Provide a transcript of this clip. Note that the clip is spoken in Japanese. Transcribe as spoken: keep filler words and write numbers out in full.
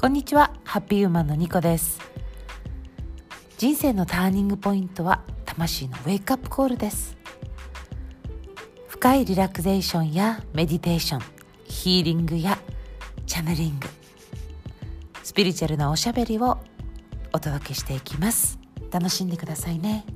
こんにちは、ハッピーウーマンのニコです。人生のターニングポイントは魂のウェイクアップコールです。深いリラクゼーションやメディテーション、ヒーリングやチャネリング、スピリチュアルなおしゃべりをお届けしていきます。楽しんでくださいね。